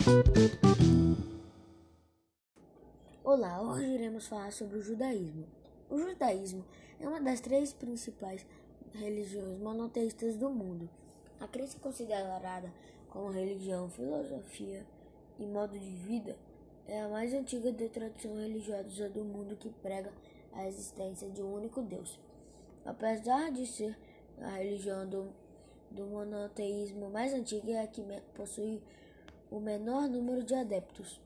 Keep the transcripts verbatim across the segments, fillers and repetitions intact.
Olá, hoje iremos falar sobre o judaísmo. O judaísmo é uma das três principais religiões monoteístas do mundo. A crença considerada como religião, filosofia e modo de vida é a mais antiga da tradição religiosa do mundo que prega a existência de um único Deus. Apesar de ser a religião do, do monoteísmo mais antiga, é a que possui o menor número de adeptos.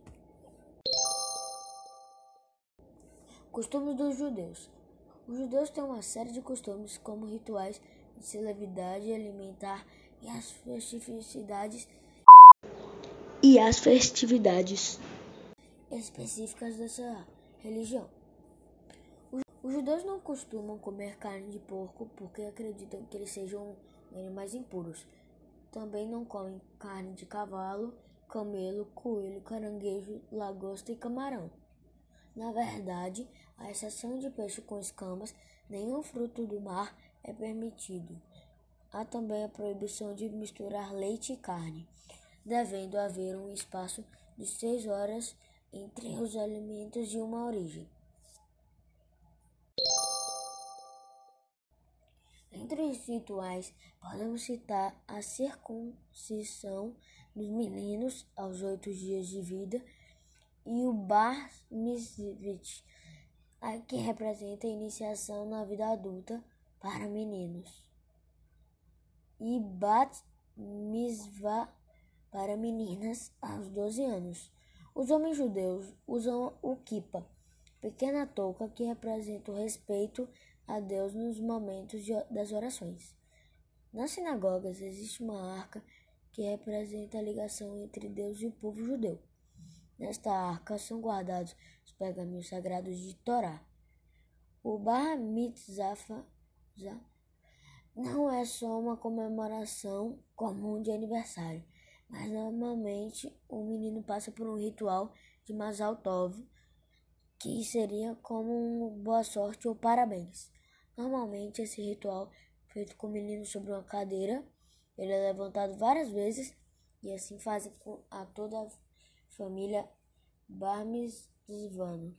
Costumes dos judeus. Os judeus têm uma série de costumes, como rituais de celebridade alimentar e as festividades e as festividades específicas dessa religião. Os judeus não costumam comer carne de porco porque acreditam que eles sejam animais impuros. Também não comem carne de cavalo, camelo, coelho, caranguejo, lagosta e camarão. Na verdade, à exceção de peixe com escamas, nenhum fruto do mar é permitido. Há também a proibição de misturar leite e carne, devendo haver um espaço de seis horas entre os alimentos de uma origem. Entre os rituais, podemos citar a circuncisão dos meninos aos oito dias de vida e o Bar Mitzvah, que representa a iniciação na vida adulta para meninos, e Bat Mitzvah para meninas aos doze anos. Os homens judeus usam o kippah, pequena touca que representa o respeito a Deus nos momentos de, das orações. Nas sinagogas existe uma arca que representa a ligação entre Deus e o povo judeu. Nesta arca são guardados os pergaminhos sagrados de Torá. O Bar Mitzvah não é só uma comemoração comum de aniversário, mas normalmente o menino passa por um ritual de Mazal Tov, que seria como um boa sorte ou parabéns. Normalmente esse ritual é feito com o menino sobre uma cadeira, ele é levantado várias vezes e assim fazem com a toda a família Bar Mitzvah.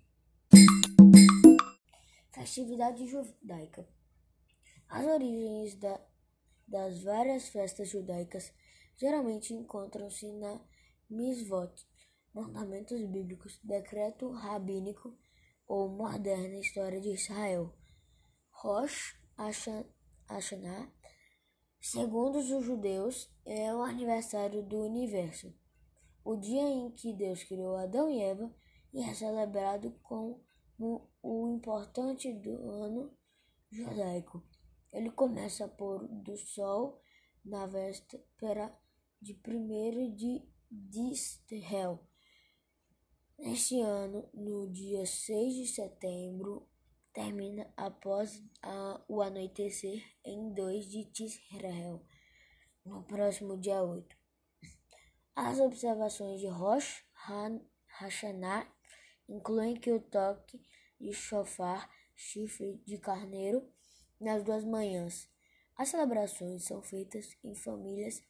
Festividade judaica. As origens da, das várias festas judaicas geralmente encontram-se na Mitzvot, mandamentos bíblicos, decreto rabínico ou moderna história de Israel. Rosh Hashanah, segundo os judeus, é o aniversário do universo, o dia em que Deus criou Adão e Eva, e é celebrado como o importante do ano judaico. Ele começa por do sol na véspera de primeiro de Tishrei. Este ano, no dia seis de setembro, termina após a, o anoitecer em dois de Tishrei, no próximo dia oito. As observações de Rosh Hashanah incluem que o toque de shofar, chifre de carneiro, nas duas manhãs. As celebrações são feitas em famílias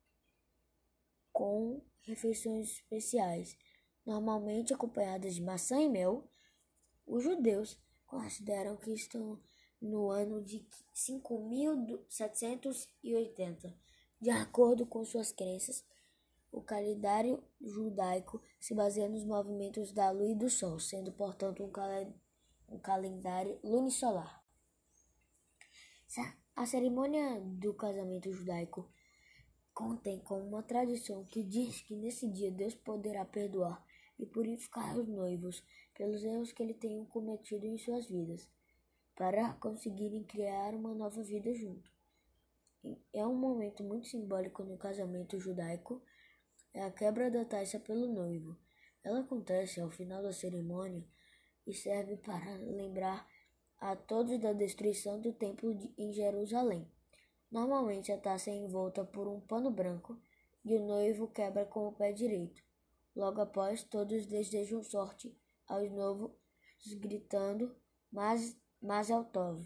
com refeições especiais, normalmente acompanhadas de maçã e mel. Os judeus consideram que estão no ano de cinco mil setecentos e oitenta. De acordo com suas crenças, o calendário judaico se baseia nos movimentos da lua e do sol, sendo, portanto, um, cal- um calendário lunisolar. A cerimônia do casamento judaico contém como uma tradição que diz que nesse dia Deus poderá perdoar e purificar os noivos pelos erros que eles tenham cometido em suas vidas, para conseguirem criar uma nova vida junto. É um momento muito simbólico no casamento judaico. É a quebra da taça pelo noivo. Ela acontece ao final da cerimônia e serve para lembrar a todos da destruição do templo de, em Jerusalém. Normalmente a taça é envolta por um pano branco e o noivo quebra com o pé direito. Logo após, todos desejam sorte aos noivos, gritando Maz, Mazel Tov.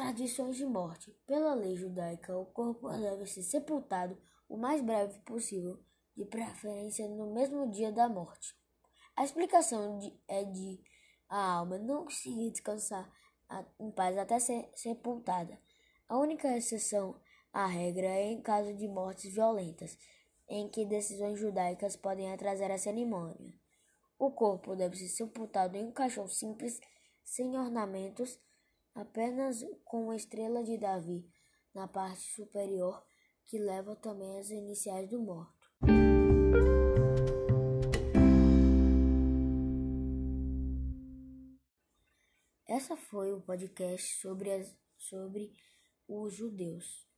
Tradições de morte. Pela lei judaica, o corpo deve ser sepultado o mais breve possível, de preferência no mesmo dia da morte. A explicação de, é de a alma não conseguir descansar a, em paz até ser sepultada. A única exceção à regra é em caso de mortes violentas, em que decisões judaicas podem atrasar a cerimônia. O corpo deve ser sepultado em um caixão simples, sem ornamentos, apenas com uma estrela de Davi na parte superior, que leva também as iniciais do morto. Essa foi o podcast sobre, as, sobre os judeus.